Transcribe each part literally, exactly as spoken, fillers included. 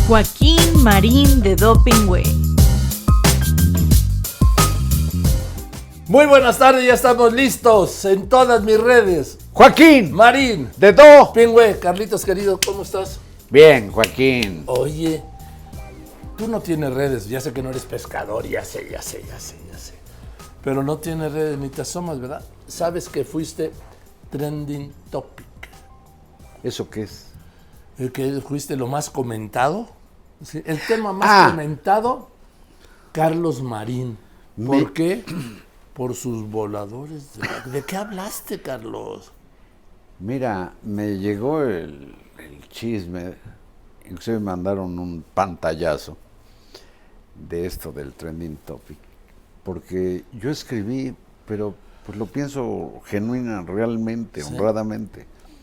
Joaquín Marín de Doping Way. Muy buenas tardes, ya estamos listos en todas mis redes. Joaquín Marín de Doping Way. Carlitos querido, ¿cómo estás? Bien, Joaquín. Oye, tú no tienes redes, ya sé que no eres pescador, ya sé, ya sé, ya sé, ya sé. Pero no tienes redes ni te asomas, ¿verdad? Sabes que fuiste trending topic. ¿Eso qué es? El que fuiste lo más comentado. ¿Sí? El tema más Ah. comentado, Carlos Marín. ¿Por Me... qué? Por sus voladores. De, ¿De qué hablaste, Carlos? Mira, me llegó el, el chisme, inclusive me mandaron un pantallazo de esto del trending topic, porque yo escribí, pero pues lo pienso genuina, realmente, sí. honradamente.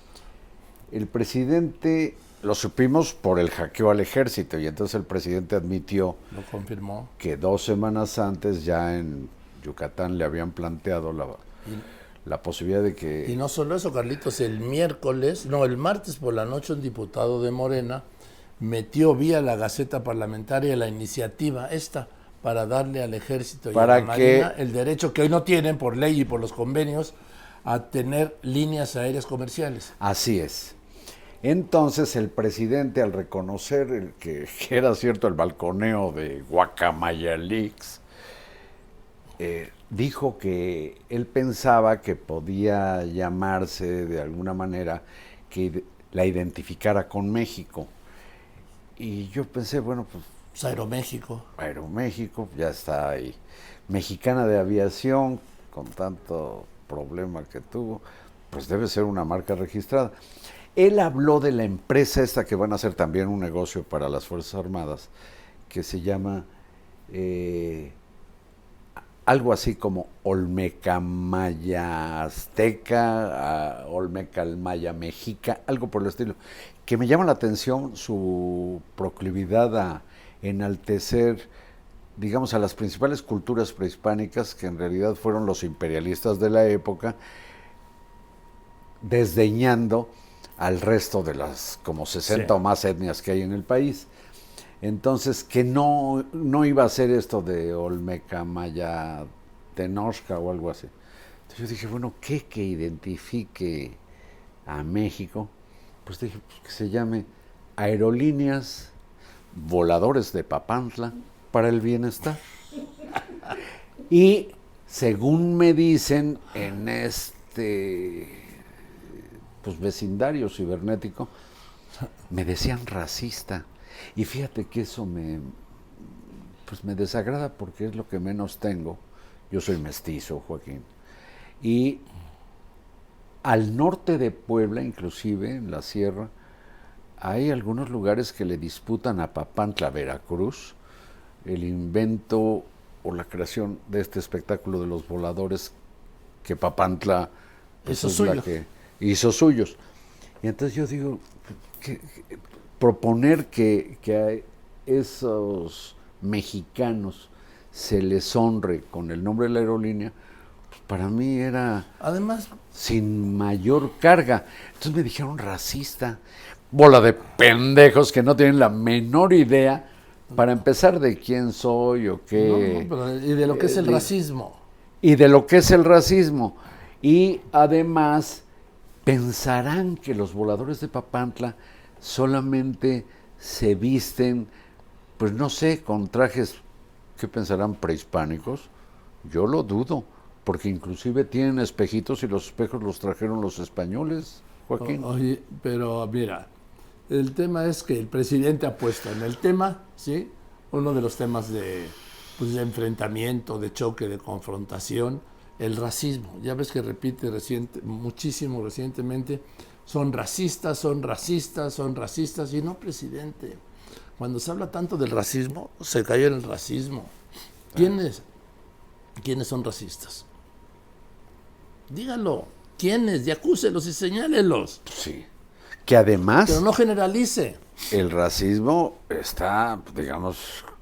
El presidente, lo supimos por el hackeo al ejército, y entonces el presidente admitió, lo confirmó, que dos semanas antes ya en Yucatán le habían planteado la, y, la posibilidad de que... Y no solo eso, Carlitos, el miércoles, no, el martes por la noche un diputado de Morena metió vía la Gaceta Parlamentaria la iniciativa esta para darle al ejército y para a la Marina que... el derecho que hoy no tienen por ley y por los convenios a tener líneas aéreas comerciales. Así es. Entonces el presidente, al reconocer el que, que era cierto el balconeo de Guacamaya Leaks, eh, dijo que él pensaba que podía llamarse de alguna manera que la identificara con México. Y yo pensé, bueno, pues... pues Aeroméxico. Aeroméxico, ya está ahí. Mexicana de Aviación, con tanto problema que tuvo, pues debe ser una marca registrada. Él habló de la empresa esta que van a hacer también un negocio para las Fuerzas Armadas, que se llama eh, algo así como Olmeca Maya Azteca, uh, Olmeca Maya Mexica, algo por el estilo, que me llama la atención su proclividad a enaltecer, digamos, a las principales culturas prehispánicas, que en realidad fueron los imperialistas de la época, desdeñando al resto de las como sesenta sí. o más etnias que hay en el país. Entonces, que no, no iba a ser esto de Olmeca Maya Tenochca o algo así. Entonces yo dije, bueno, ¿qué que identifique a México? Pues dije, pues que se llame Aerolíneas Voladores de Papantla para el Bienestar. Y según me dicen en este... pues vecindario cibernético, me decían racista. Y fíjate que eso me, pues me desagrada porque es lo que menos tengo. Yo soy mestizo, Joaquín. Y al norte de Puebla, inclusive, en la sierra, hay algunos lugares que le disputan a Papantla, Veracruz, el invento o la creación de este espectáculo de los voladores que Papantla pues, eso es suyo. la que hizo suyos. Y entonces yo digo, que, que, proponer que, que a esos mexicanos se les honre con el nombre de la aerolínea, pues para mí era además sin mayor carga. Entonces me dijeron racista, bola de pendejos que no tienen la menor idea, para empezar, de quién soy o qué. No, no, pero y de lo que es el eh, racismo. Y de lo que es el racismo. Y además pensarán que los voladores de Papantla solamente se visten, pues no sé, con trajes, ¿qué pensarán? Prehispánicos. Yo lo dudo, porque inclusive tienen espejitos y los espejos los trajeron los españoles, Joaquín. O, oye, pero mira, el tema es que el presidente ha puesto en el tema, ¿sí? Uno de los temas de, pues, de enfrentamiento, de choque, de confrontación, el racismo. Ya ves que repite reciente, muchísimo recientemente, son racistas, son racistas, son racistas, y no, presidente. Cuando se habla tanto del racismo, se cayó en el racismo. ¿Quiénes? ¿Quiénes son racistas? Dígalo. ¿Quiénes? Y acúselos y señálelos. Sí. Que además... Pero no generalice. El racismo está, digamos,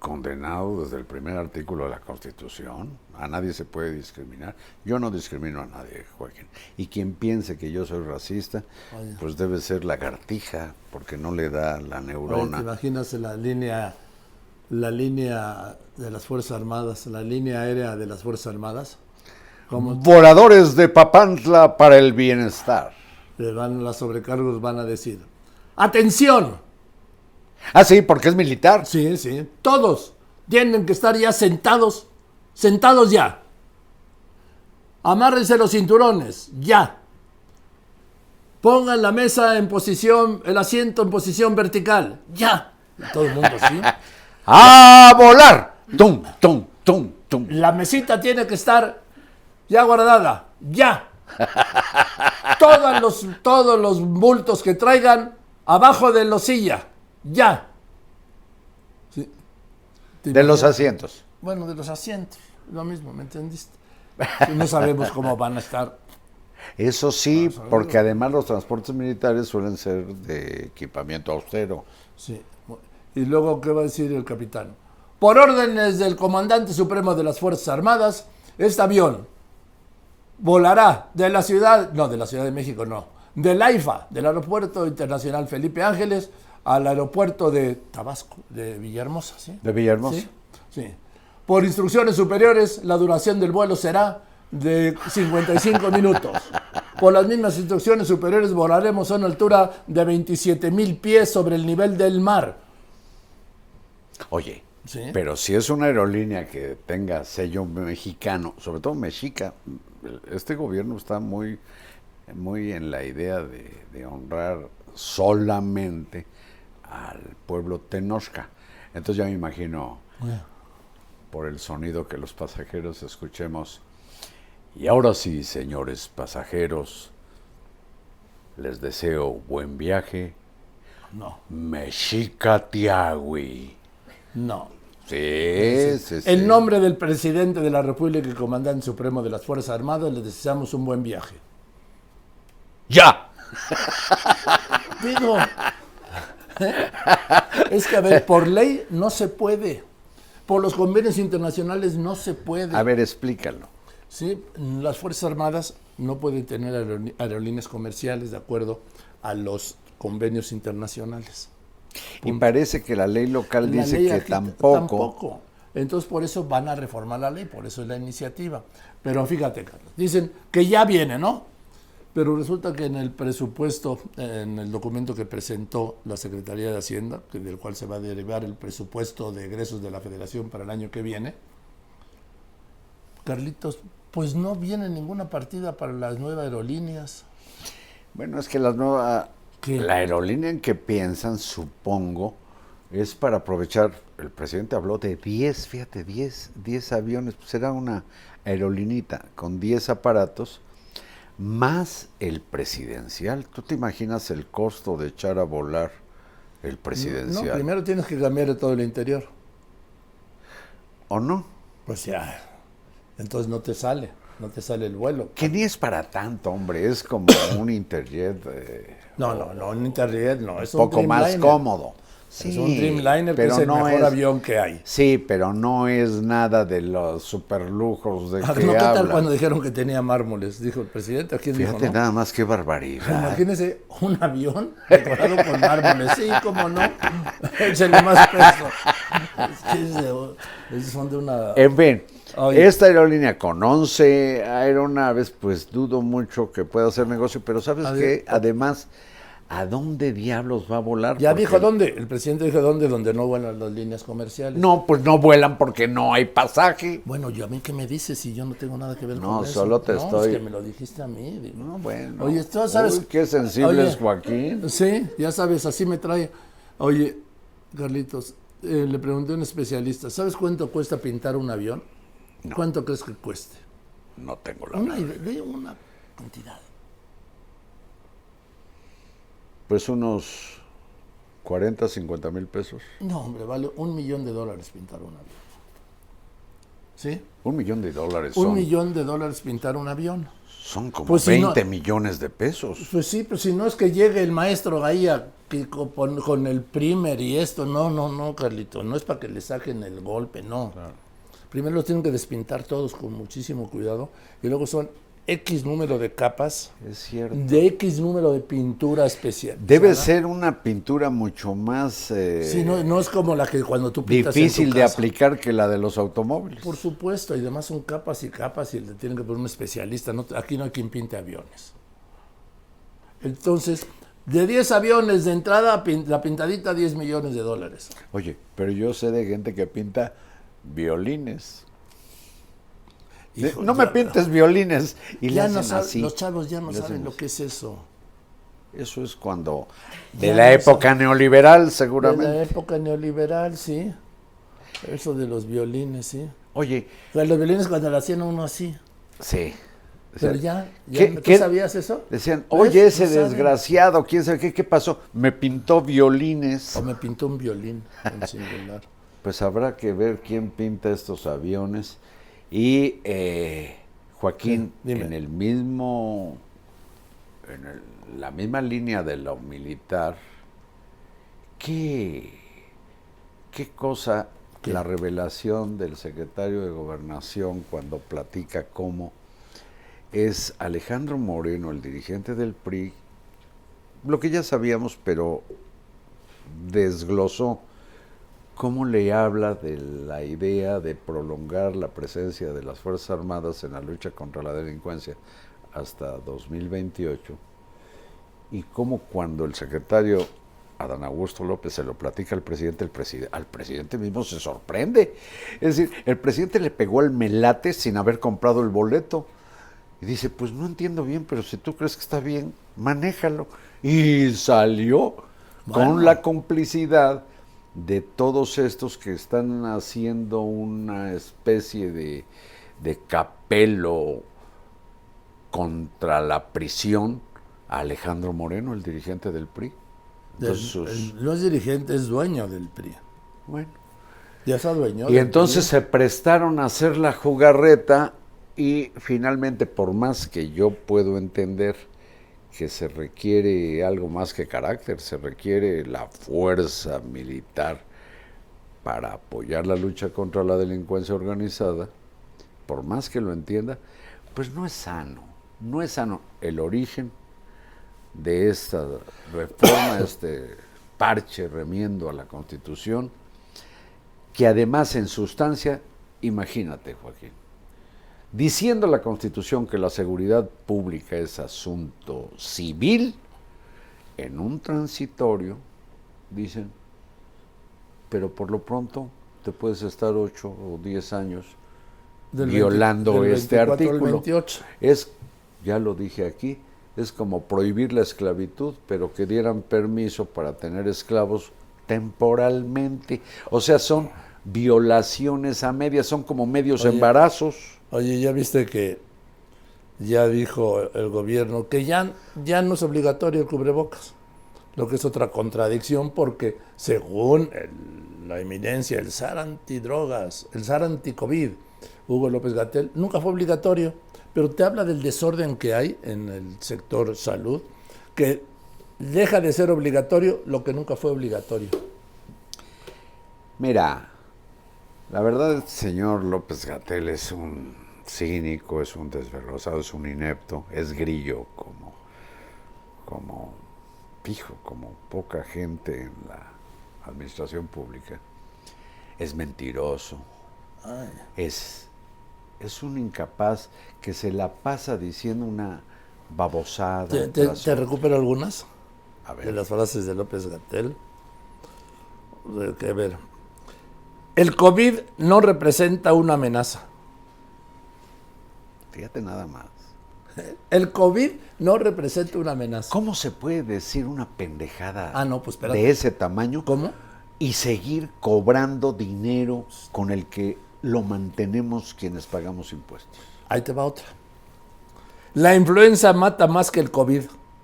condenado desde el primer artículo de la Constitución. A nadie se puede discriminar. Yo no discrimino a nadie, Joaquín. Y quien piense que yo soy racista, Oye. pues debe ser lagartija, porque no le da la neurona. Oye, ¿te imaginas la línea, la línea de las Fuerzas Armadas, la línea aérea de las Fuerzas Armadas? ¿Cómo? Voladores de Papantla para el bienestar. Le van, las sobrecargos van a decir, ¡atención! Ah, sí, porque es militar. Sí, sí. Todos tienen que estar ya sentados, sentados ya. Amárrense los cinturones, ya. Pongan la mesa en posición, el asiento en posición vertical, ya. Y todo el mundo así. ¡A volar! ¡Tum, tum, tum, tum! La mesita tiene que estar ya guardada, ya. Todos los, todos los bultos que traigan abajo de la silla. Ya. Sí. De los asientos. Bueno, de los asientos. Lo mismo, ¿me entendiste? No sabemos cómo van a estar. Eso sí, porque además los transportes militares suelen ser de equipamiento austero. Sí. Y luego, ¿qué va a decir el capitán? Por órdenes del comandante supremo de las Fuerzas Armadas, este avión volará de la ciudad, no, de la Ciudad de México, no, del AIFA, del Aeropuerto Internacional Felipe Ángeles, al aeropuerto de Tabasco, de Villahermosa, ¿sí? De Villahermosa. Sí, sí. Por instrucciones superiores, la duración del vuelo será de cincuenta y cinco minutos. Por las mismas instrucciones superiores, volaremos a una altura de veintisiete mil pies sobre el nivel del mar. Oye, ¿sí? Pero si es una aerolínea que tenga sello mexicano, sobre todo mexica, este gobierno está muy, muy en la idea de, de honrar solamente al pueblo Tenochca. Entonces ya me imagino, yeah. por el sonido que los pasajeros escuchemos. Y ahora sí, señores pasajeros, les deseo buen viaje. No. Mexicatiagui. No. Sí, sí, sí. En nombre del presidente de la República y comandante supremo de las Fuerzas Armadas, les deseamos un buen viaje. ¡Ya! Digo, es que, a ver, por ley no se puede. Por los convenios internacionales no se puede. A ver, explícalo. Sí, las Fuerzas Armadas no pueden tener aerolíneas comerciales de acuerdo a los convenios internacionales. Y parece que la ley local la dice ley que aquí tampoco. tampoco. Entonces, por eso van a reformar la ley, por eso es la iniciativa. Pero fíjate, Carlos, dicen que ya viene, ¿no? Pero resulta que en el presupuesto, en el documento que presentó la Secretaría de Hacienda, que del cual se va a derivar el presupuesto de egresos de la Federación para el año que viene, Carlitos, pues no viene ninguna partida para las nuevas aerolíneas. Bueno, es que las nuevas... ¿Qué? La aerolínea en que piensan, supongo, es para aprovechar... El presidente habló de diez, fíjate, diez, diez aviones. Pues será una aerolinita con diez aparatos, más el presidencial. ¿Tú te imaginas el costo de echar a volar el presidencial? No, primero tienes que cambiar todo el interior. ¿O no? Pues ya, entonces no te sale, no te sale el vuelo. Que ni es para tanto, hombre, es como un Interjet. Eh, no, no, no, un Interjet no, es un poco un más cómodo. Sí, es un Dreamliner, que es el no mejor es, avión que hay. Sí, pero no es nada de los superlujos de ah, que no, ¿qué habla? tal cuando dijeron que tenía mármoles? Dijo el presidente, ¿a quién Fíjate dijo, no? nada más, qué barbaridad. Imagínese un avión decorado con mármoles. Sí, cómo no. Échale más peso. Es son de una... En fin, Oye. Esta aerolínea con once aeronaves, pues dudo mucho que pueda hacer negocio, pero ¿sabes qué? Además... ¿A dónde diablos va a volar? Ya porque... dijo dónde. El presidente dijo dónde, donde no vuelan las líneas comerciales. No, pues no vuelan porque no hay pasaje. Bueno, yo a mí qué me dices si yo no tengo nada que ver no, con eso. Solo te no, estoy... es que me lo dijiste a mí. Digo. No, bueno. Oye, tú sabes... Uy, qué sensible Oye, es Joaquín. Sí, ya sabes, así me trae. Oye, Carlitos, eh, le pregunté a un especialista, ¿sabes cuánto cuesta pintar un avión? No. ¿Cuánto crees que cueste? No tengo la Una idea, una cantidad. Pues unos cuarenta, cincuenta mil pesos. No, hombre, vale un millón de dólares pintar un avión. ¿Sí? Un millón de dólares Un son. millón de dólares pintar un avión. Son como Pues si veinte no- millones de pesos. Pues sí, pero si no es que llegue el maestro ahí a que con, con el primer y esto, no, no, no, Carlito, no es para que le saquen el golpe, no. Claro. Primero los tienen que despintar todos con muchísimo cuidado y luego son X número de capas, es cierto, de X número de pintura especial. Debe ser una pintura mucho más eh, sí, no, no es como la que cuando tú pintas difícil en tu de casa. Aplicar que la de los automóviles. Por supuesto, y además son capas y capas y le tienen que poner un especialista. No, aquí no hay quien pinte aviones. Entonces, de diez aviones de entrada, la pintadita diez millones de dólares. Oye, pero yo sé de gente que pinta violines. Hijo, no me pintes violines. Y ya le no hacen sabe, así. Los chavos ya no Le saben hacen lo que es eso. Eso es cuando... De Ya la no época sabe. neoliberal, seguramente. De la época neoliberal, sí. Eso de los violines, sí. Oye. O sea, los violines cuando lo hacían uno así. Sí. O sea, pero ya, ya ¿qué, ¿tú qué? sabías eso? Decían, oye, ese no desgraciado, ¿quién sabe qué, qué pasó? Me pintó violines. O me pintó un violín en singular. Pues habrá que ver quién pinta estos aviones. Y eh, Joaquín, sí, en el mismo, en el, la misma línea de lo militar, ¿qué, qué cosa ¿Qué? La revelación del secretario de Gobernación cuando platica cómo es Alejandro Moreno, el dirigente del P R I, lo que ya sabíamos, pero desglosó cómo le habla de la idea de prolongar la presencia de las Fuerzas Armadas en la lucha contra la delincuencia hasta dos mil veintiocho, y cómo cuando el secretario Adán Augusto López se lo platica al presidente, el preside, al presidente mismo se sorprende. Es decir, el presidente le pegó el melate sin haber comprado el boleto. Y dice, pues no entiendo bien, pero si tú crees que está bien, manéjalo. Y salió bueno. con la complicidad de todos estos que están haciendo una especie de, de capelo contra la prisión a Alejandro Moreno, el dirigente del P R I. Entonces, sus... el, no es dirigente, es dueño del P R I. Bueno. Ya se adueñó. Y entonces se prestaron a hacer la jugarreta y finalmente, por más que yo puedo entender que se requiere algo más que carácter, se requiere la fuerza militar para apoyar la lucha contra la delincuencia organizada, por más que lo entienda, pues no es sano, no es sano el origen de esta reforma, este parche remiendo a la Constitución, que además en sustancia, imagínate, Joaquín, diciendo la Constitución que la seguridad pública es asunto civil, en un transitorio dicen, pero por lo pronto te puedes estar ocho o diez años del violando veinte, del este artículo. Es, ya lo dije aquí, es como prohibir la esclavitud, pero que dieran permiso para tener esclavos temporalmente. O sea, son violaciones a medias, son como medios oye, embarazos. Oye, ya viste que ya dijo el gobierno que ya, ya no es obligatorio el cubrebocas, lo que es otra contradicción porque según el, la eminencia, el zar antidrogas, el zar anticovid, Hugo López-Gatell, nunca fue obligatorio, pero te habla del desorden que hay en el sector salud, que deja de ser obligatorio lo que nunca fue obligatorio. Mira, la verdad, el señor López-Gatell es un cínico, es un desvergonzado, es un inepto, es grillo como, como, pijo, como poca gente en la administración pública. Es mentiroso, Ay. es, es un incapaz que se la pasa diciendo una babosada. ¿Te, te, te recupero algunas? A ver. De las frases de López-Gatell. A ver. El COVID no representa una amenaza. Fíjate nada más. El COVID no representa una amenaza. ¿Cómo se puede decir una pendejada ah, no, pues, espérate. de ese tamaño? ¿Cómo? Y seguir cobrando dinero con el que lo mantenemos quienes pagamos impuestos. Ahí te va otra. La influenza mata más que el COVID.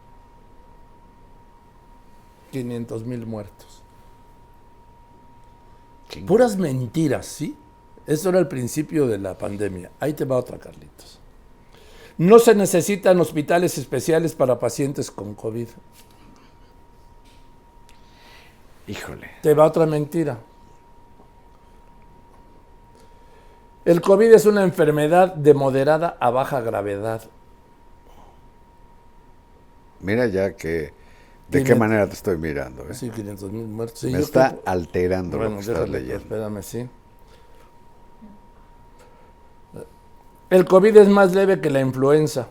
quinientos mil muertos. Chingo. Puras mentiras, ¿sí? Eso era el principio de la pandemia. Ahí te va otra, Carlitos. No se necesitan hospitales especiales para pacientes con COVID. Híjole. Te va otra mentira. El COVID es una enfermedad de moderada a baja gravedad. Mira ya que... ¿De quinientos qué manera te estoy mirando? ¿eh? Sí, quinientos mil muertos. Sí, Me yo está creo- alterando Bueno, lo que estás déjame, leyendo. espérame, sí. El COVID es más leve que la influenza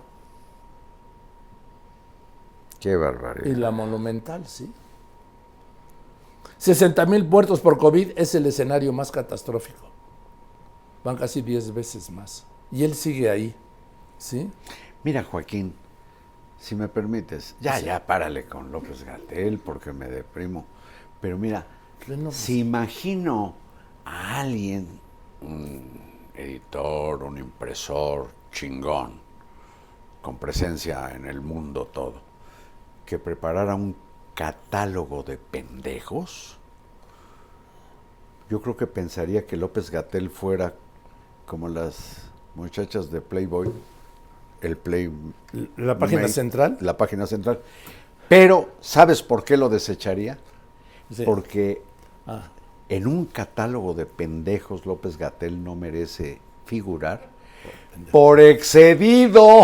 Qué y barbaridad. la monumental, sí. sesenta mil muertos por COVID es el escenario más catastrófico. Van casi diez veces más. Y él sigue ahí, ¿sí? Mira, Joaquín, si me permites, ya, Sí. ya, párale con López-Gatell porque me deprimo. Pero mira, Bueno, si imagino a alguien, un editor, un impresor chingón, con presencia en el mundo todo, que preparara un catálogo de pendejos, yo creo que pensaría que López-Gatell fuera como las muchachas de Playboy, el Play... la página Mate, central. La página central. Pero, ¿sabes por qué lo desecharía? Sí. Porque Ah, en un catálogo de pendejos López-Gatell no merece figurar por excedido.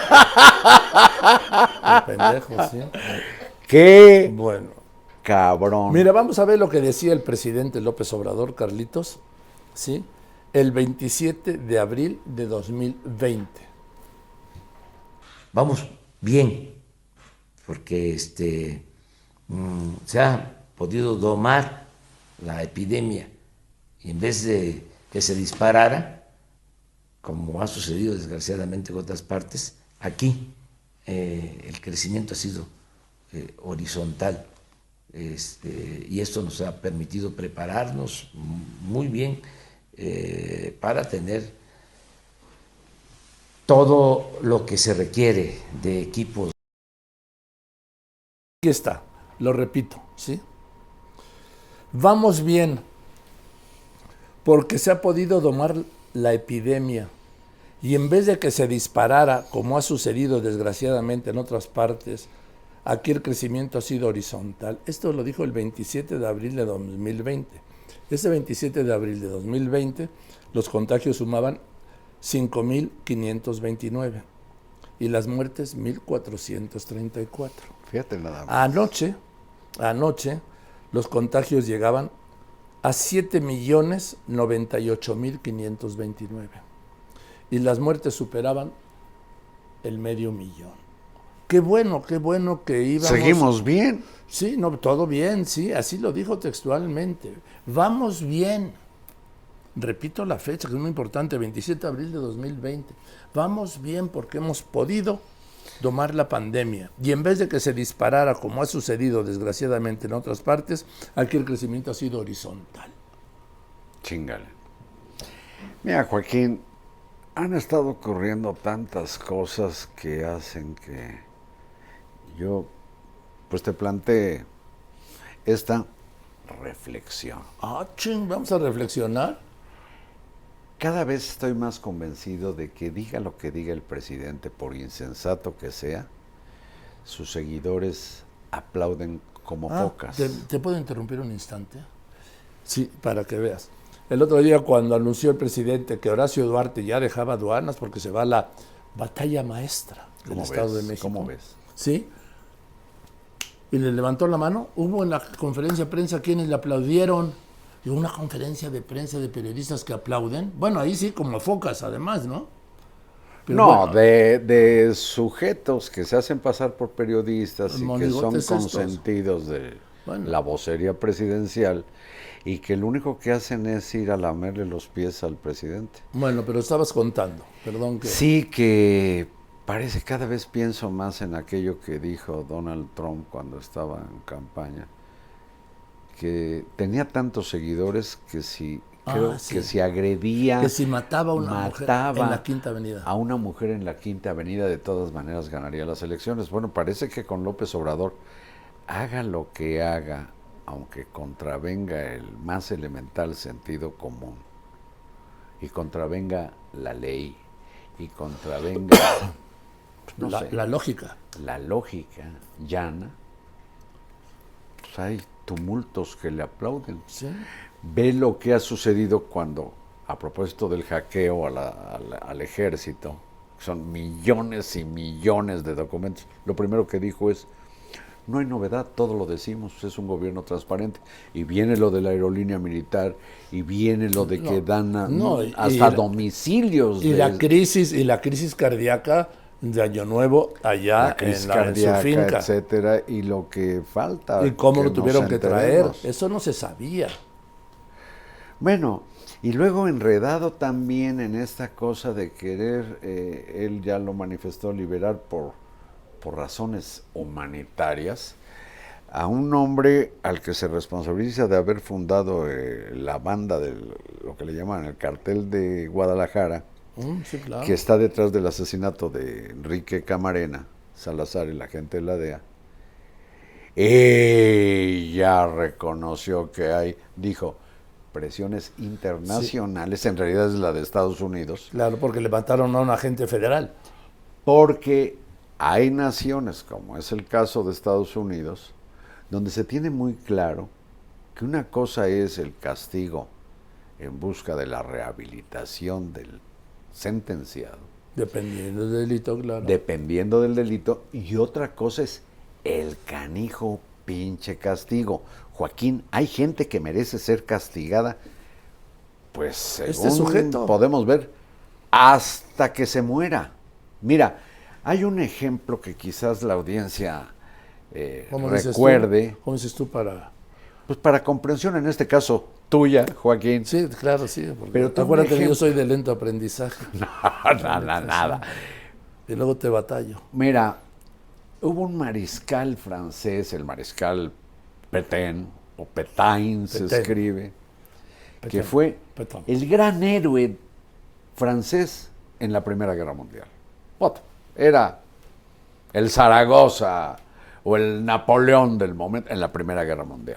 el pendejo, sí. ¡Qué Bueno. cabrón! Mira, vamos a ver lo que decía el presidente López Obrador, Carlitos, ¿sí? El veintisiete de abril de dos mil veinte. Vamos bien, porque este, mm, se ha podido domar la epidemia y en vez de que se disparara, como ha sucedido desgraciadamente en otras partes, aquí eh, el crecimiento ha sido eh, horizontal. Este, y esto nos ha permitido prepararnos muy bien eh, para tener todo lo que se requiere de equipos. Aquí está, lo repito, ¿sí? Vamos bien, porque se ha podido domar la epidemia y en vez de que se disparara, como ha sucedido desgraciadamente en otras partes, aquí el crecimiento ha sido horizontal. Esto lo dijo el veintisiete de abril de dos mil veinte. Ese veintisiete de abril de dos mil veinte, los contagios sumaban cinco mil quinientos veintinueve y las muertes mil cuatrocientos treinta y cuatro. Fíjate nada más. Anoche, anoche, los contagios llegaban a siete millones noventa y ocho mil quinientos veintinueve y las muertes superaban el medio millón. Qué bueno, qué bueno que íbamos... Seguimos bien. Sí, no, todo bien, sí, así lo dijo textualmente. Vamos bien. Repito la fecha, que es muy importante, veintisiete de abril de dos mil veinte. Vamos bien porque hemos podido domar la pandemia. Y en vez de que se disparara, como ha sucedido desgraciadamente en otras partes, aquí el crecimiento ha sido horizontal. Chingale. Mira, Joaquín, han estado ocurriendo tantas cosas que hacen que yo, pues te plantee esta reflexión. Ah, ching, vamos a reflexionar. Cada vez estoy más convencido de que diga lo que diga el presidente, por insensato que sea, sus seguidores aplauden como Ah, focas. ¿te, ¿Te puedo interrumpir un instante? Sí, para que veas. El otro día cuando anunció el presidente que Horacio Duarte ya dejaba aduanas porque se va a la batalla maestra del ¿Cómo Estado ves? de México. ¿Cómo ves? Sí. Y le levantó la mano. Hubo en la conferencia de prensa quienes le aplaudieron. Y una conferencia de prensa de periodistas que aplauden. Bueno, ahí sí, como focas además, ¿no? Pero no, bueno, de, de sujetos que se hacen pasar por periodistas y que son monigotes estos. consentidos de Bueno. la vocería presidencial y que lo único que hacen es ir a lamerle los pies al presidente. Bueno, pero estabas contando, perdón que... Sí, que parece, cada vez pienso más en aquello que dijo Donald Trump cuando estaba en campaña, que tenía tantos seguidores que si, Ah, creo sí. que si agredía, Que si mataba a una mujer mataba en la Quinta Avenida. a una mujer en la Quinta Avenida, de todas maneras ganaría las elecciones. Bueno, parece que con López Obrador, haga lo que haga, aunque contravenga el más elemental sentido común, y contravenga la ley, y contravenga no la, sé, la lógica. la lógica llana, pues hay tumultos que le aplauden. Sí. Ve lo que ha sucedido cuando, a propósito del hackeo a la, a la, al ejército, son millones y millones de documentos, lo primero que dijo es, no hay novedad, todo lo decimos, es un gobierno transparente. Y viene lo de la aerolínea militar, y viene lo de que no, dan a, no, hasta y, domicilios. Y de, la crisis, y la crisis cardíaca de Año Nuevo allá la crisis en, la, cardíaca, en su finca. etcétera, y lo que falta. Y cómo que lo tuvieron nos que traer, enteremos. eso no se sabía. Bueno, y luego enredado también en esta cosa de querer, eh, él ya lo manifestó, liberar por, por razones humanitarias, a un hombre al que se responsabiliza de haber fundado eh, la banda de lo que le llaman el cartel de Guadalajara, Mm, sí, claro. que está detrás del asesinato de Enrique Camarena, Salazar y la gente de la D E A. Ella reconoció que hay, dijo, presiones internacionales, sí. En realidad es la de Estados Unidos. Claro, porque le mataron a un agente federal. Porque hay naciones, como es el caso de Estados Unidos, donde se tiene muy claro que una cosa es el castigo en busca de la rehabilitación del sentenciado. Dependiendo del delito, claro. Dependiendo del delito, y otra cosa es el canijo pinche castigo. Joaquín, hay gente que merece ser castigada, pues según este sujeto podemos ver, hasta que se muera. Mira, hay un ejemplo que quizás la audiencia eh, ¿Cómo recuerde. Dices tú? ¿Cómo dices tú para...? Pues para comprensión, en este caso, tuya, Joaquín. Sí, claro, sí. Porque Pero tú acuérdate que ejemplo... yo soy de lento aprendizaje. No, nada, nada. Y luego te batallo. Mira, hubo un mariscal francés, el mariscal Pétain, o Pétain se Pétain. escribe, Pétain. que fue Pétain. el gran héroe francés en la Primera Guerra Mundial. Otro, era el Zaragoza o el Napoleón del momento en la Primera Guerra Mundial.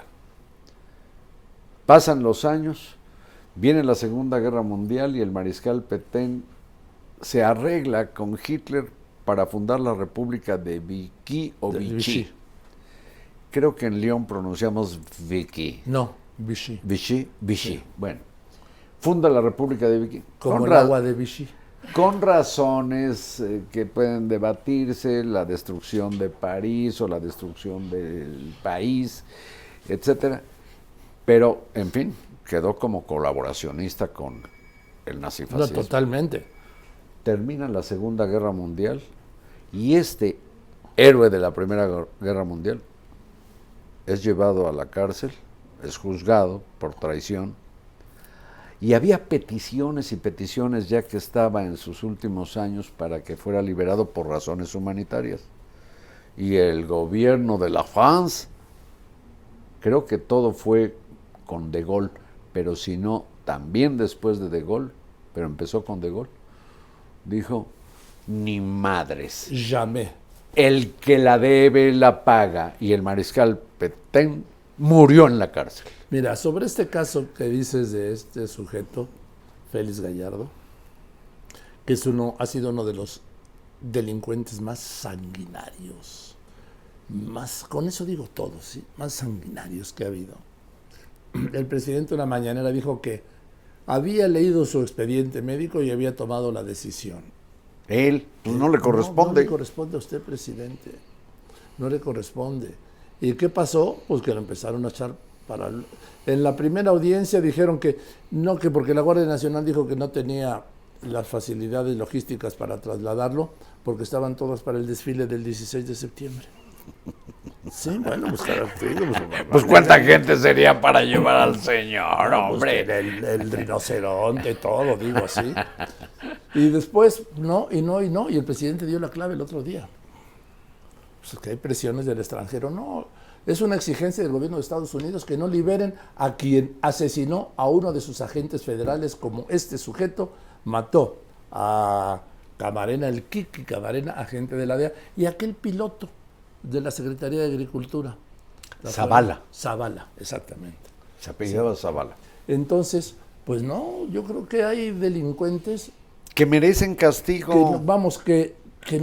Pasan los años, viene la Segunda Guerra Mundial y el mariscal Pétain se arregla con Hitler para fundar la República de Vichy o De Vichy. Vichy. Creo que en León pronunciamos Vichy. No, Vichy. Vichy, Vichy. Sí. Bueno, funda la República de Vichy. Como Con el ra- agua de Vichy. Con razones eh, que pueden debatirse, la destrucción de París o la destrucción del país, etcétera. Pero, en fin, quedó como colaboracionista con el No, nazifascismo. totalmente. Termina la Segunda Guerra Mundial y este héroe de la Primera Guerra Mundial es llevado a la cárcel, es juzgado por traición, y había peticiones y peticiones ya que estaba en sus últimos años para que fuera liberado por razones humanitarias. Y el gobierno de la France, creo que todo fue con De Gaulle, pero si no, también después de De Gaulle, pero empezó con De Gaulle, dijo, ni madres. Jamais. El que la debe la paga, y el mariscal Pétain murió en la cárcel. Mira, sobre este caso que dices de este sujeto, Félix Gallardo, que es uno, ha sido uno de los delincuentes más sanguinarios, más, con eso digo todo, ¿sí? Más sanguinarios que ha habido. El presidente una mañanera dijo que había leído su expediente médico y había tomado la decisión. Él, pues no le corresponde. No, no le corresponde a usted, presidente. No le corresponde. ¿Y qué pasó? Pues que lo empezaron a echar para... En la primera audiencia dijeron que no, que porque la Guardia Nacional dijo que no tenía las facilidades logísticas para trasladarlo, porque estaban todas para el desfile del dieciséis de septiembre. Sí, bueno, pues claro, te digo, pues, Pues cuánta gente sería para llevar al señor, no, pues, hombre. que el, el rinoceronte, todo, digo así. Y después, no, y no, y no, y el presidente dio la clave el otro día. Pues que hay presiones del extranjero, no. Es una exigencia del gobierno de Estados Unidos que no liberen a quien asesinó a uno de sus agentes federales, como este sujeto mató a Camarena, el Kiki Camarena, agente de la D E A, y aquel piloto de la Secretaría de Agricultura. Zavala. Zavala, exactamente. Se apellidaba Zavala. Entonces, pues no, yo creo que hay delincuentes Que merecen castigo. que, no- vamos, que, que no,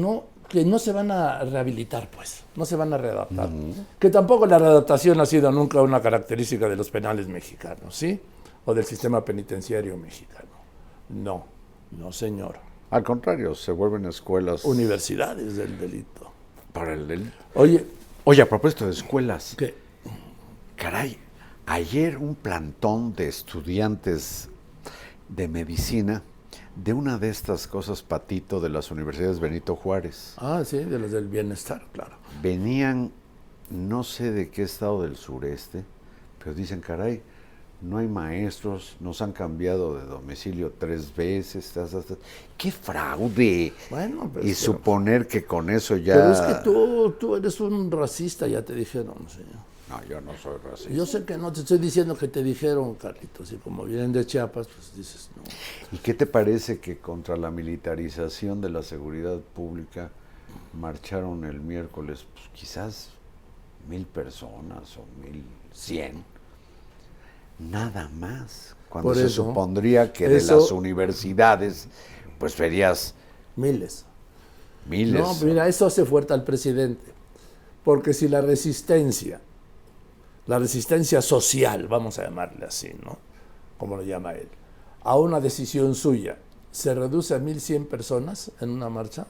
que no se van a rehabilitar, pues, no se van a readaptar. Uh-huh. Que tampoco la readaptación ha sido nunca una característica de los penales mexicanos, ¿sí? O del sistema penitenciario mexicano. No, no, señor. Al contrario, se vuelven escuelas... Universidades del delito. Para el delito. Oye, Oye, a propósito de escuelas. ¿qué? Caray, ayer un plantón de estudiantes de medicina de una de estas cosas, Patito, de las universidades Benito Juárez. Ah, sí, de los del bienestar, claro. Venían, no sé de qué estado del sureste, pero dicen, caray, no hay maestros, nos han cambiado de domicilio tres veces. Tas, tas, tas. ¡Qué fraude! Bueno, pues, y pero, suponer que con eso ya... Pero es que tú, tú eres un racista, ya te dijeron, señor. No, yo no soy racista. Yo sé que no, te estoy diciendo que te dijeron, Carlitos, y como vienen de Chiapas, pues dices, no. ¿Y qué te parece que contra la militarización de la seguridad pública marcharon el miércoles, pues quizás mil personas o mil cien? Nada más. Cuando Por se eso, supondría que eso, de las universidades, pues verías... Miles. Miles. No, mira, eso hace fuerte al presidente. Porque si la resistencia... la resistencia social, vamos a llamarle así, ¿no? Como lo llama él, a una decisión suya, se reduce a mil cien personas en una marcha.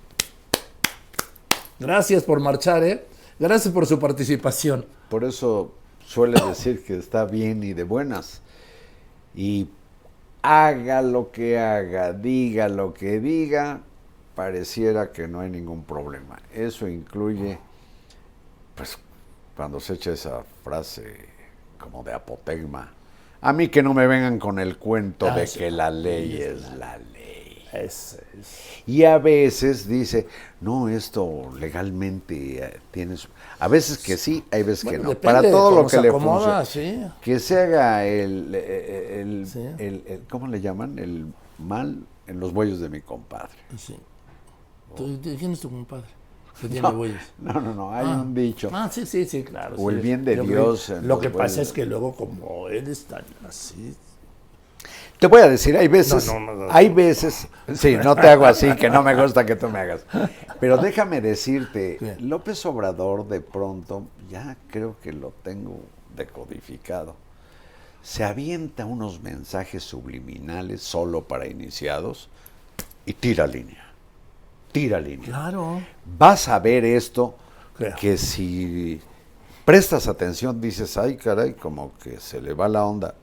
Gracias por marchar, ¿eh? Gracias por su participación. Por eso suele decir que está bien y de buenas. Y haga lo que haga, diga lo que diga, pareciera que no hay ningún problema. Eso incluye, pues, cuando se echa esa frase como de apotegma, a mí que no me vengan con el cuento ah, de sí, que la ley es la ley. Es, es. Y a veces dice, no, esto legalmente eh, tienes... A veces que sí, hay veces bueno, que no. Para todo lo que le funciona. Sí. Que se haga el, el, el, sí. el, el... ¿Cómo le llaman? El mal en los bueyes de mi compadre. Sí. Oh. ¿Quién es tu compadre? Que tiene no, bueyes. No, no, no, hay ah. un dicho. Ah, sí, sí, sí, claro. O sí. el bien de Yo Dios. Creo, lo que pasa es que luego como él está así... Te voy a decir, hay veces, no, no, no, no, hay veces, sí, no te hago así, que no me gusta que tú me hagas, pero déjame decirte, Bien. López Obrador de pronto, ya creo que lo tengo decodificado, se avienta unos mensajes subliminales solo para iniciados y tira línea, tira línea. Claro. Vas a ver esto, claro. Que si prestas atención dices, ay caray, como que se le va la onda,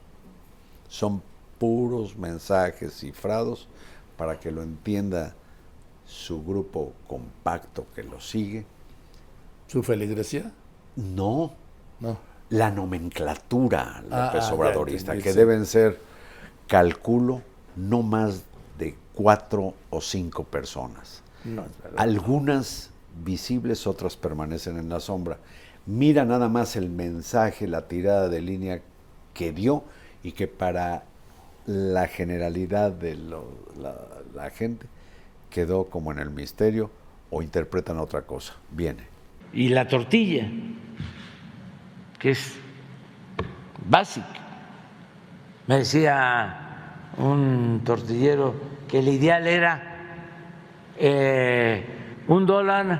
son puros mensajes cifrados para que lo entienda su grupo compacto que lo sigue. ¿Su feligresía? No, no. La nomenclatura López ah, Obradorista, entendí, que sí. deben ser, calculo, no más de cuatro o cinco personas. No, es verdad. Algunas visibles, otras permanecen en la sombra. Mira nada más el mensaje, la tirada de línea que dio y que para la generalidad de lo, la, la gente quedó como en el misterio o interpretan otra cosa. Viene. Y la tortilla, que es básica. Me decía un tortillero que el ideal era eh, un dólar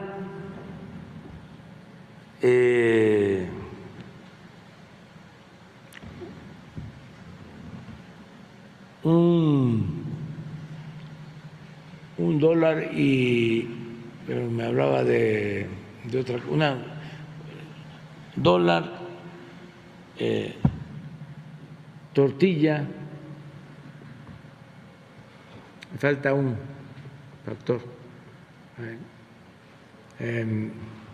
eh, Un, un dólar y pero me hablaba de, de otra una dólar eh, tortilla, falta un factor eh, eh,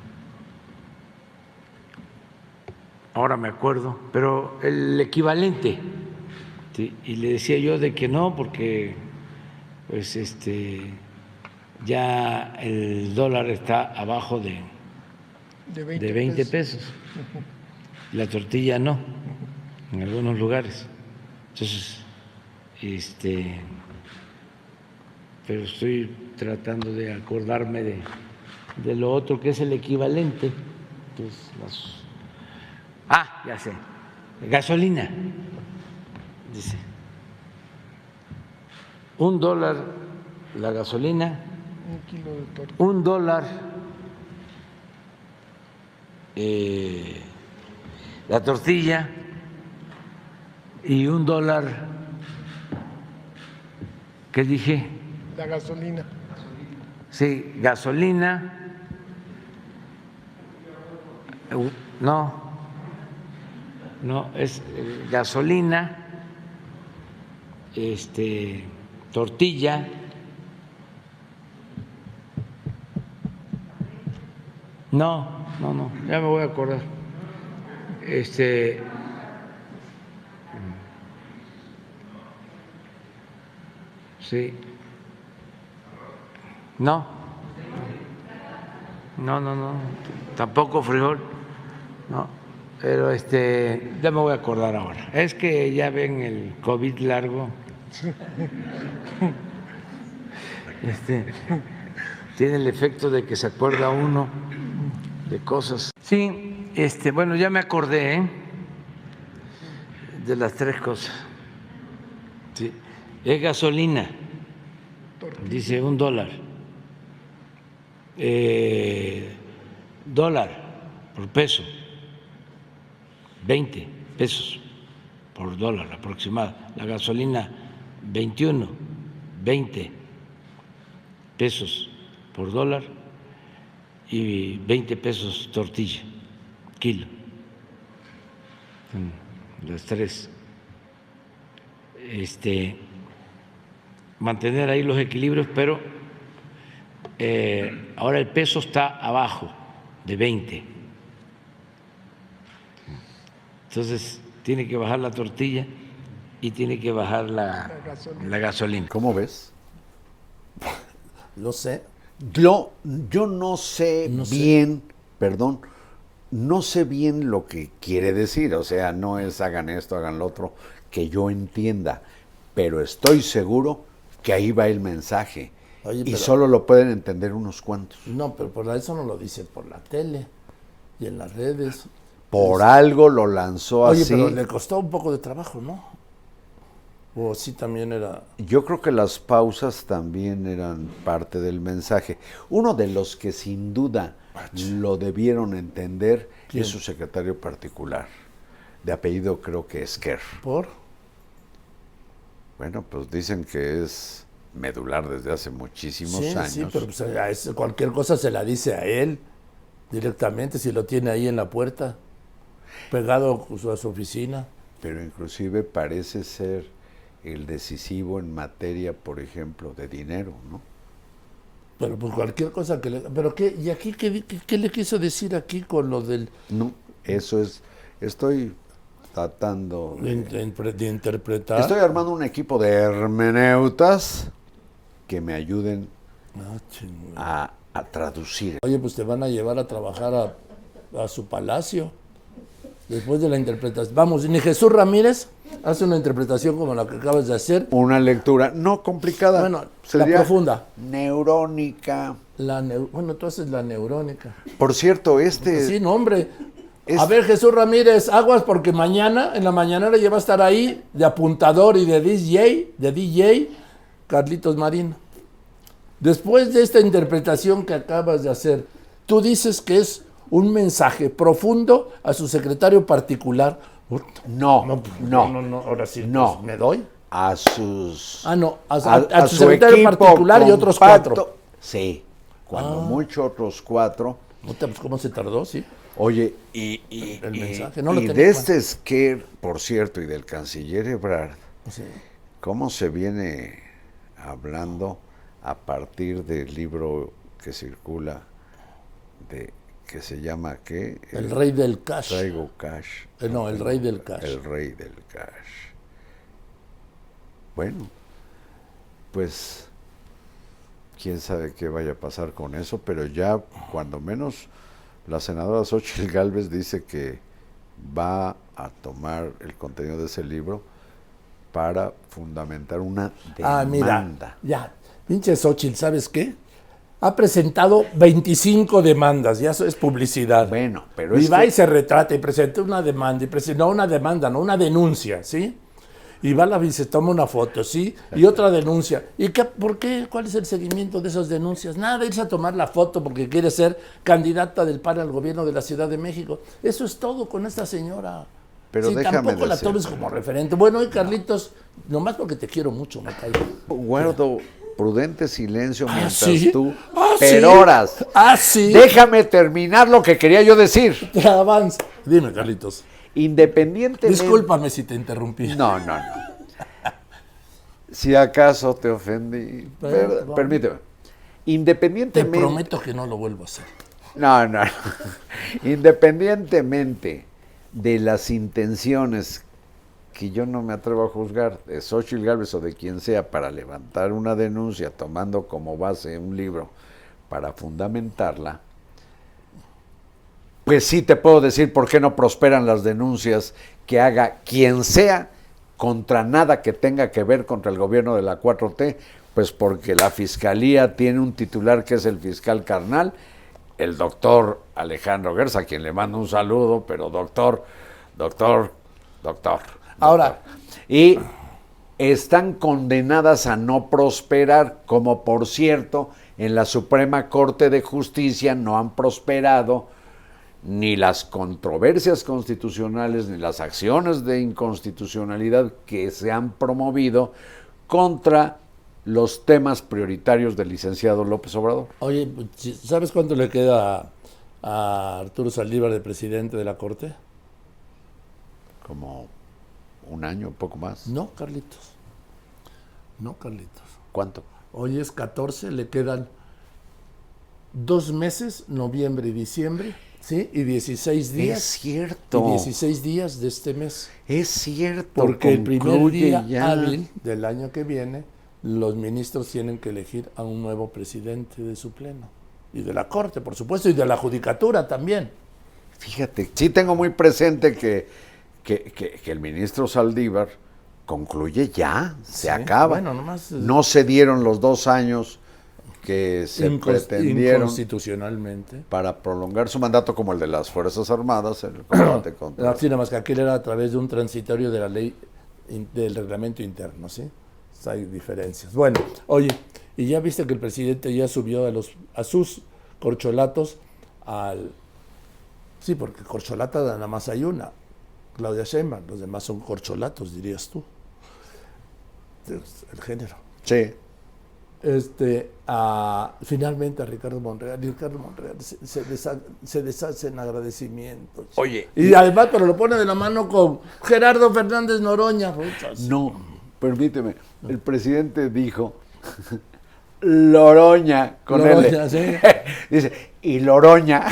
ahora me acuerdo, pero el equivalente. Sí, y le decía yo de que no, porque pues este ya el dólar está abajo de, de veinte, de veinte pesos. pesos. Uh-huh. La tortilla no, uh-huh. En algunos lugares. Entonces, este, pero estoy tratando de acordarme de, de lo otro que es el equivalente. Pues, las, ah, ya sé, gasolina. Dice, un dólar la gasolina Un kilo de torta. Un dólar eh, la tortilla y un dólar, ¿qué dije? La gasolina. Sí, gasolina. No, no, es eh, gasolina, este, tortilla, no, no, no, ya me voy a acordar. Este, sí, no, no, no, no, tampoco frijol. No, pero este, ya me voy a acordar ahora. Es que ya ven el COVID largo. Este, tiene el efecto de que se acuerda uno de cosas. Sí, este, bueno, ya me acordé, ¿eh? De las tres cosas. Sí, es gasolina, dice un dólar. Eh, dólar por peso. veinte pesos por dólar aproximado. La gasolina, veintiuno, veinte pesos por dólar y veinte pesos tortilla, kilo. Las tres. Este, mantener ahí los equilibrios, pero eh, ahora el peso está abajo de veinte. Entonces, tiene que bajar la tortilla y tiene que bajar la, la, gasolina. la gasolina. ¿Cómo ves? Lo sé. Yo, yo no sé No sé. bien, perdón, no sé bien lo que quiere decir. O sea, no es hagan esto, hagan lo otro, que yo entienda. Pero estoy seguro que ahí va el mensaje. Oye, y pero- solo lo pueden entender unos cuantos. No, pero por eso no lo dice por la tele y en las redes. Por algo lo lanzó Oye, así. pero le costó un poco de trabajo, ¿no? O sí también era... Yo creo que las pausas también eran parte del mensaje. Uno de los que sin duda lo debieron entender ¿Quién? es su secretario particular, de apellido creo que Esquer. ¿Por? Bueno, pues dicen que es medular desde hace muchísimos Sí, años. sí, pero pues, a ese- cualquier cosa se la dice a él directamente, si lo tiene ahí en la puerta, pegado a su oficina. Pero inclusive parece ser el decisivo en materia, por ejemplo, de dinero, ¿no? Pero pues cualquier cosa que le... ¿Pero qué? ¿Y aquí qué, qué, qué le quiso decir aquí con lo del... No, eso es, estoy tratando de, de, de- de interpretar? estoy armando un equipo de hermeneutas que me ayuden Ah, chingada. a, a traducir. Oye, pues te van a llevar a trabajar a, a su palacio después de la interpretación. Vamos, ni Jesús Ramírez hace una interpretación como la que acabas de hacer. Una lectura no complicada, Bueno, la sería profunda. neurónica. La neu- bueno, tú haces la neurónica. Por cierto, este Sí, no, hombre. es- A ver, Jesús Ramírez, aguas porque mañana, en la mañanera ya va a estar ahí de apuntador y de D J, de D J, Carlitos Marín. Después de esta interpretación que acabas de hacer, tú dices que es un mensaje profundo a su secretario particular. no, No, no, no, no, ahora sí, no. pues, ¿me doy? a sus Ah, no, a, a, a- a a su su secretario equipo particular y otros compacto. cuatro. Sí, cuando Ah. mucho otros cuatro. Puta, pues, ¿cómo se tardó? Sí. Oye, y, y, El y- mensaje, no lo y tenía de claro. este Esquer, por cierto, y del canciller Ebrard, Sí. ¿cómo se viene hablando a partir del libro que circula de que se llama ¿qué? El rey del cash. Traigo cash. Eh, no, el rey del cash. El rey del cash. Bueno, pues quién sabe qué vaya a pasar con eso, pero ya cuando menos la senadora Xóchitl Gálvez dice que va a tomar el contenido de ese libro para fundamentar una demanda. Ah, mira, ya, pinche Xochitl, ¿sabes qué? Ha presentado veinticinco demandas, ya eso es publicidad. Bueno, pero y es va que- y se retrata y presenta una demanda, y presenta, no una demanda, no una denuncia, ¿sí? Y va la y se toma una foto, ¿sí? Y otra denuncia. ¿Y qué, por qué? ¿Cuál es el seguimiento de esas denuncias? Nada, irse a tomar la foto porque quiere ser candidata del P A N al gobierno de la Ciudad de México. Eso es todo con esta señora. Pero sí, déjame tampoco la decirte. tomes como referente. Bueno, y Carlitos, nomás porque te quiero mucho, me caigo. Guardo prudente silencio ¿Ah, mientras sí? tú ¿Ah, sí? peroras. Ah, sí. Déjame terminar lo que quería yo decir. Te avanza. Dime, Carlitos. Independientemente... Discúlpame si te interrumpí. No, no, no. Si acaso te ofendí, per- Perdón. permíteme. Te Independientemente... prometo que no lo vuelvo a hacer. No, no, no. Independientemente de las intenciones que yo no me atrevo a juzgar de Xóchitl Gálvez o de quien sea para levantar una denuncia tomando como base un libro para fundamentarla, pues sí te puedo decir por qué no prosperan las denuncias que haga quien sea contra nada que tenga que ver contra el gobierno de la cuatro T, pues porque la Fiscalía tiene un titular que es el fiscal carnal, el doctor Alejandro Gertz, a quien le mando un saludo, pero doctor, doctor, doctor. Ahora, doctor. Y están condenadas a no prosperar, como por cierto, en la Suprema Corte de Justicia no han prosperado ni las controversias constitucionales, ni las acciones de inconstitucionalidad que se han promovido contra los temas prioritarios del licenciado López Obrador. oye, ¿sabes cuánto le queda a, a Arturo Saldívar de presidente de la Corte? Como un año, un poco más. No, Carlitos. No, Carlitos. ¿Cuánto? Hoy es catorce, le quedan dos meses, noviembre y diciembre, ¿sí? Y dieciséis días. Es cierto. Y dieciséis días de este mes. Es cierto. Porque el primer concluye día ya. hábil del año que viene, los ministros tienen que elegir a un nuevo presidente de su pleno. Y de la Corte, por supuesto, y de la Judicatura también. Fíjate, sí tengo muy presente que, que, que, que el ministro Saldívar concluye ya, se Sí, acaba. bueno, nomás, eh, no se dieron los dos años que se Incons- pretendieron Inconstitucionalmente. para prolongar su mandato como el de las Fuerzas Armadas en el combate contra... Sí, nada más que aquel era a través de un transitorio de la ley in- del reglamento interno, ¿sí? O sea, hay diferencias. Bueno, oye, y ya viste que el presidente ya subió a los a sus corcholatos al... Sí, porque corcholata nada más hay una, Claudia Sheinbaum, los demás son corcholatos, dirías tú. Es el género. Sí. Este, a, finalmente a Ricardo Monreal, y Ricardo Monreal se, se, desa- se deshace en agradecimientos. Oye, Y además, pero lo pone de la mano con Gerardo Fernández Noroña. Putas. no, permíteme, el presidente dijo Loroña con Loroña, L. sí. Dice, y Loroña.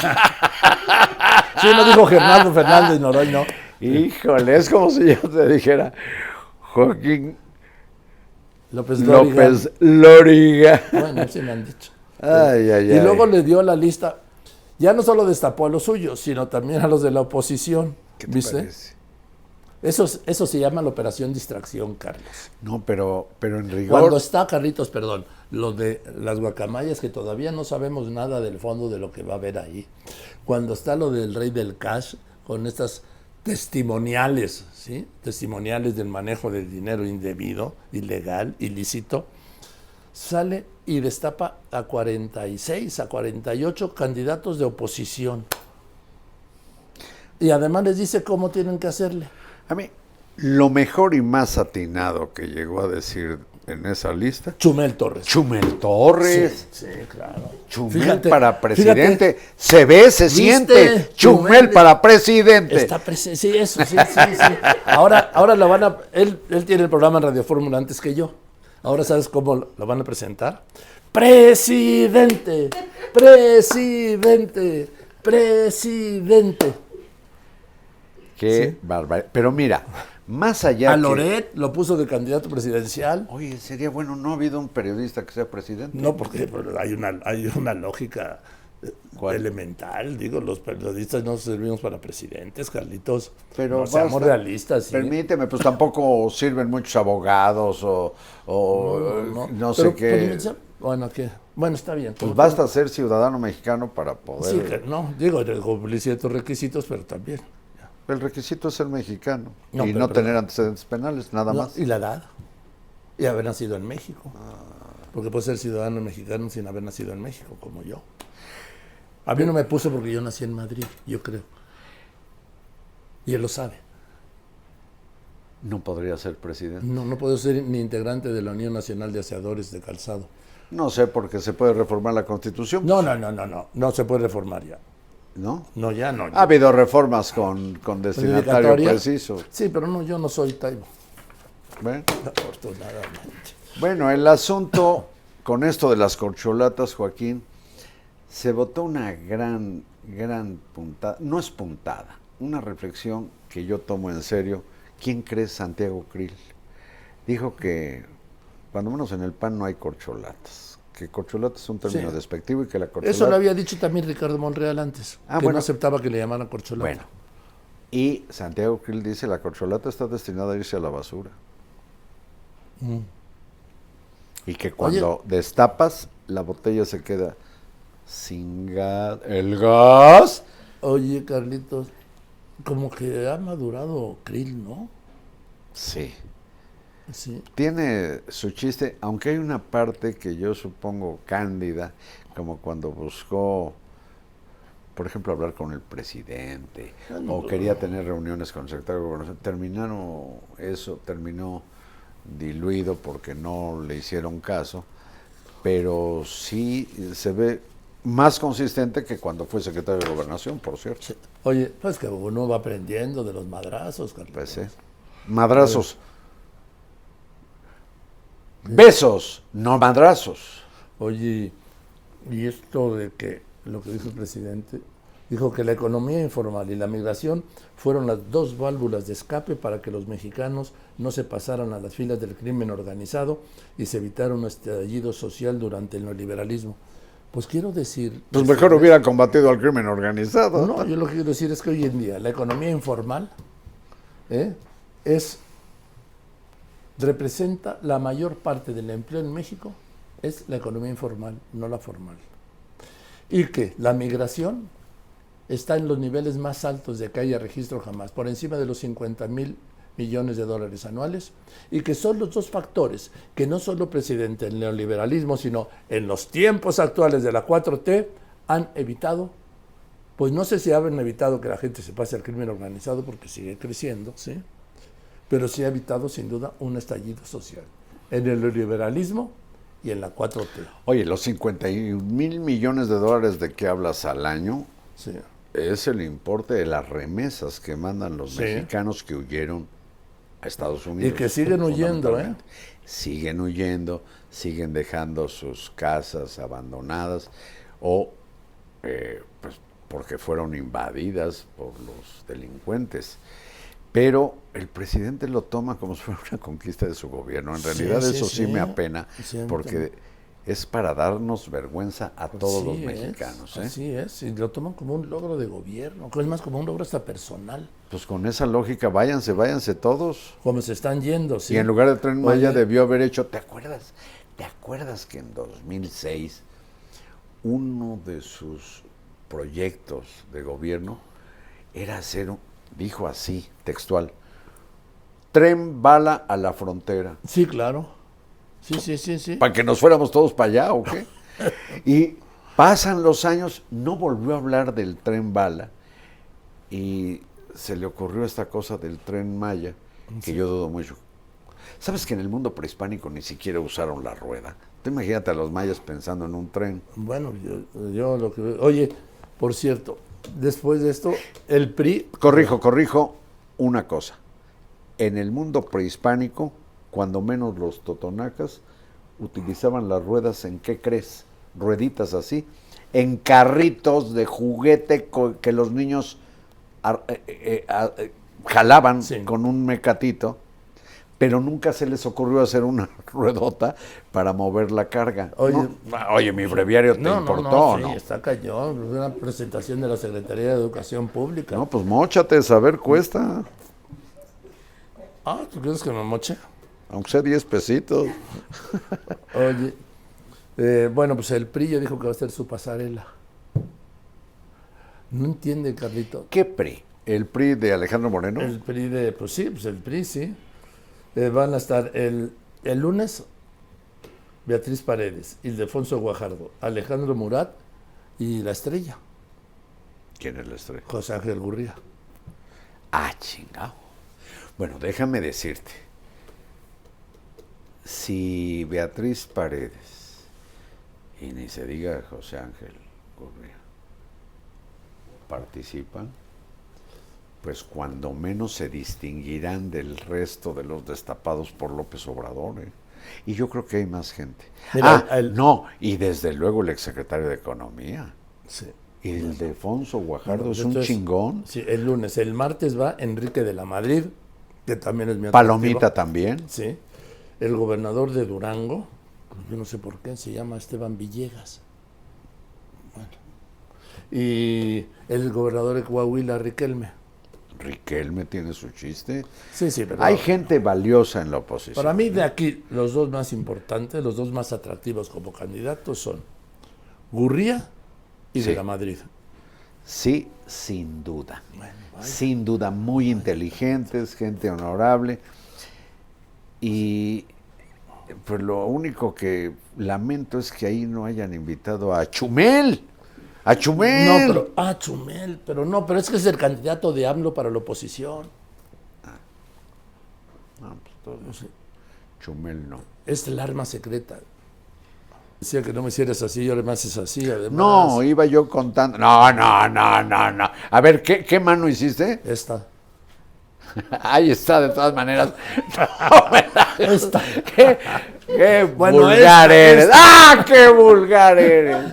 Sí, no dijo Gerardo Fernández Noroña, no. Híjole, es como si yo te dijera Joaquín López Dóriga. López Lóriga. Bueno, sí me han dicho. Ay, ay, Y ay. luego le dio la lista. Ya no solo destapó a los suyos, sino también a los de la oposición. ¿Qué te ¿Viste? parece? Eso, es- eso se llama la operación distracción, Carlos. No, pero, pero en rigor. Cuando está, Carlitos, perdón, lo de las guacamayas, que todavía no sabemos nada del fondo de lo que va a haber ahí. Cuando está lo del rey del cash, con estas testimoniales, ¿sí? Testimoniales del manejo del dinero indebido, ilegal, ilícito, sale y destapa a cuarenta y seis, a cuarenta y ocho candidatos de oposición. Y además les dice cómo tienen que hacerle. A mí, lo mejor y más atinado que llegó a decir en esa lista, Chumel Torres. Chumel Torres. Sí, sí, claro. Chumel Fíjate, para presidente. fíjate. Se ve, se ¿Viste? siente. Chumel, Chumel para presidente. Está presente, sí, eso, sí, sí, sí. Ahora, ahora lo van a, él, él tiene el programa en Radio Fórmula antes que yo. Ahora, ¿sabes cómo lo lo van a presentar? Presidente, presidente, presidente. Qué barbaridad. Pero mira, más allá A que- Loret lo puso de candidato presidencial. Oye, sería bueno, no ha habido un periodista que sea presidente. No, porque pero hay una, hay una lógica eh, ¿Cuál? elemental. Digo, los periodistas no servimos para presidentes, Carlitos. Pero no seamos basta. realistas. ¿sí? Permíteme, pues tampoco sirven muchos abogados o, o no, no. sé Pero, qué. pues, bueno, ¿qué? Bueno, está bien. Pues Tú- basta ser ciudadano mexicano para poder. Sí, que no, digo, yo cumplí ciertos requisitos, pero también. ya. El requisito es ser mexicano No, y pero- no pero- tener antecedentes penales, nada No, más. y la edad. Y haber nacido en México. Porque puede ser ciudadano mexicano sin haber nacido en México, como yo. A mí no me puso porque yo nací en Madrid, yo creo. Y él lo sabe. No podría ser presidente. No, no puedo ser ni integrante de la Unión Nacional de Aseadores de Calzado. No sé, porque se puede reformar la Constitución. No, no, no, no, no. No se puede reformar ya. ¿No? No, ya no. Ha habido reformas con, con destinatario Dedicatoria. preciso. Sí, pero no, yo no soy taibo. ¿Ven? Afortunadamente. Bueno, el asunto con esto de las corcholatas, Joaquín, se votó una gran, gran puntada, no es puntada, una reflexión que yo tomo en serio. ¿Quién cree Santiago Krill? Dijo que, cuando menos en el P A N no hay corcholatas, que corcholata es un término Sí. despectivo y que la corcholata... Eso lo había dicho también Ricardo Monreal antes, Ah, que bueno. no aceptaba que le llamaran corcholata. Bueno, y Santiago Krill dice la corcholata está destinada a irse a la basura. Mm. Y que cuando destapas, la botella se queda sin gas. ¿El gas? Oye, Carlitos, como que ha madurado Krill, ¿no? Sí. Sí. Tiene su chiste, aunque hay una parte que yo supongo cándida, como cuando buscó, por ejemplo, hablar con el presidente, o quería tener reuniones con el secretario de Gobernación. Terminaron eso, terminó diluido porque no le hicieron caso, pero sí se ve más consistente que cuando fue secretario de Gobernación, por cierto. Sí. Oye, pues que uno va aprendiendo de los madrazos, Carlitos. Pues sí. Madrazos. Besos, no madrazos. Oye, y esto de que, lo que dijo el presidente, dijo que la economía informal y la migración fueron las dos válvulas de escape para que los mexicanos no se pasaran a las filas del crimen organizado y se evitara un estallido social durante el neoliberalismo. Pues quiero decir... Pues mejor hubiera combatido al crimen organizado. No, yo lo que quiero decir es que hoy en día la economía informal ¿eh? es representa la mayor parte del empleo en México, es la economía informal, no la formal. Y que la migración está en los niveles más altos de que haya registro jamás, por encima de los cincuenta mil millones de dólares anuales, y que son los dos factores que no solo presidente el neoliberalismo, sino en los tiempos actuales de la cuatro T han evitado, pues no sé si han evitado que la gente se pase al crimen organizado porque sigue creciendo, ¿sí? Pero sí ha evitado sin duda un estallido social en el neoliberalismo y en la cuatro T. Oye, los cincuenta mil millones de dólares de que hablas al año Sí. es el importe de las remesas que mandan los Sí. mexicanos que huyeron a Estados Unidos. Y que siguen huyendo, ¿eh? fundamentalmente. Siguen huyendo, siguen dejando sus casas abandonadas o eh, pues porque fueron invadidas por los delincuentes. Pero el presidente lo toma como si fuera una conquista de su gobierno. En Sí, realidad sí, eso sí, sí. me apena, Sí, a mí porque también. es para darnos vergüenza a todos los Así es, mexicanos. ¿eh? Así es, y lo toman como un logro de gobierno, que es más como un logro hasta personal. Pues con esa lógica, váyanse, váyanse todos. Como se están yendo, ¿sí? Y en lugar de Tren Maya Oye. debió haber hecho, ¿te acuerdas? ¿Te acuerdas que en dos mil seis uno de sus proyectos de gobierno era hacer, un- dijo así, textual, tren bala a la frontera? Sí, claro. Sí, sí, sí, sí. ¿Para que nos fuéramos todos para allá o qué? Y pasan los años, no volvió a hablar del tren bala y se le ocurrió esta cosa del tren Maya, que yo dudo mucho. ¿Sabes que en el mundo prehispánico ni siquiera usaron la rueda? Tú imagínate a los mayas pensando en un tren. Bueno, yo, yo lo que... Oye, por cierto, después de esto, el P R I... Corrijo, corrijo una cosa. En el mundo prehispánico, cuando menos los totonacas utilizaban las ruedas, ¿en qué crees? Rueditas así, en carritos de juguete co- que los niños ar- eh, eh, a- eh, jalaban Sí. con un mecatito, pero nunca se les ocurrió hacer una ruedota para mover la carga. Oye, No, oye, mi breviario te No, no, importó, no, ¿no? sí, está cañón. Una presentación de la Secretaría de Educación Pública. No, pues móchate, saber cuesta, Ah, ¿tú quieres que me moche? aunque sea diez pesitos. Oye, eh, bueno, pues el P R I ya dijo que va a ser su pasarela. No entiende, Carlito. ¿Qué P R I? ¿El P R I de Alejandro Moreno? El P R I de, pues sí, pues el P R I, sí. Eh, van a estar el, el lunes Beatriz Paredes, Ildefonso Guajardo, Alejandro Murat y la estrella. ¿Quién es la estrella? José Ángel Gurría. Ah, chingado. Bueno, déjame decirte. Si Beatriz Paredes, y ni se diga José Ángel Gurría, participan, pues cuando menos se distinguirán del resto de los destapados por López Obrador, ¿eh? Y yo creo que hay más gente. Mira, ah, el, no, y desde luego el exsecretario de Economía. Sí. Y el Ildefonso Guajardo, Bueno, es un entonces, chingón. Sí, el lunes. El martes va Enrique de la Madrid, que también es mi Palomita atractivo. también. Sí. El gobernador de Durango, yo no sé por qué, se llama Esteban Villegas. Bueno. Y el gobernador de Coahuila, Riquelme. Riquelme tiene su chiste. Sí, sí, pero Hay gente valiosa en la oposición. para mí de aquí, los dos más importantes, los dos más atractivos como candidatos son Gurría y Sí. de la Madrid. Sí, sin duda. Bueno, vaya. Sin duda, muy inteligentes, gente honorable. Y pues lo único que lamento es que ahí no hayan invitado a Chumel. ¡A Chumel! No, pero, ah, Chumel, pero no, pero es que es el candidato de AMLO para la oposición. No, pues todo. No sé, Chumel no. es el arma secreta. Decía que no me hicieras así y ahora me haces así, además. No, iba yo contando. No, no, no, no, no. A ver, ¿qué, qué mano hiciste? Esta. Ahí está, de todas maneras. No, me la- Esta. ¿Qué, qué Bueno, vulgar esta, eres? esta. ¡Ah, qué vulgar eres!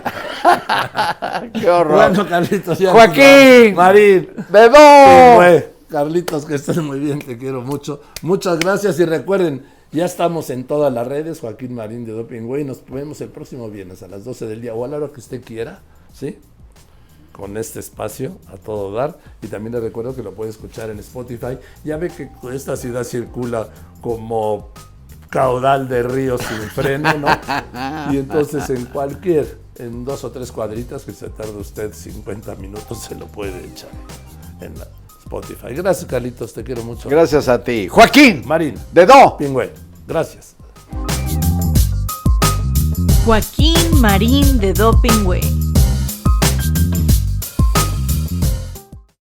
¡Qué horror! Bueno, Carlitos, ya. ¡Joaquín! Marín. ¡Bebó! Sí, güey. Carlitos, que estés muy bien, te quiero mucho. Muchas gracias y recuerden, ya estamos en todas las redes, Joaquín Marín de Doping Way. Nos vemos el próximo viernes a las doce del día o a la hora que usted quiera, ¿sí? Con este espacio a todo dar. Y también les recuerdo que lo puede escuchar en Spotify. Ya ve que esta ciudad circula como caudal de río sin freno, ¿no? Y entonces en cualquier, en dos o tres cuadritas que se tarde usted cincuenta minutos, se lo puede echar en la Spotify. Gracias, Carlitos, te quiero mucho. Gracias a ti. Joaquín Marín. Dedo. Pingüe. Gracias. Joaquín Marín de Doping Way.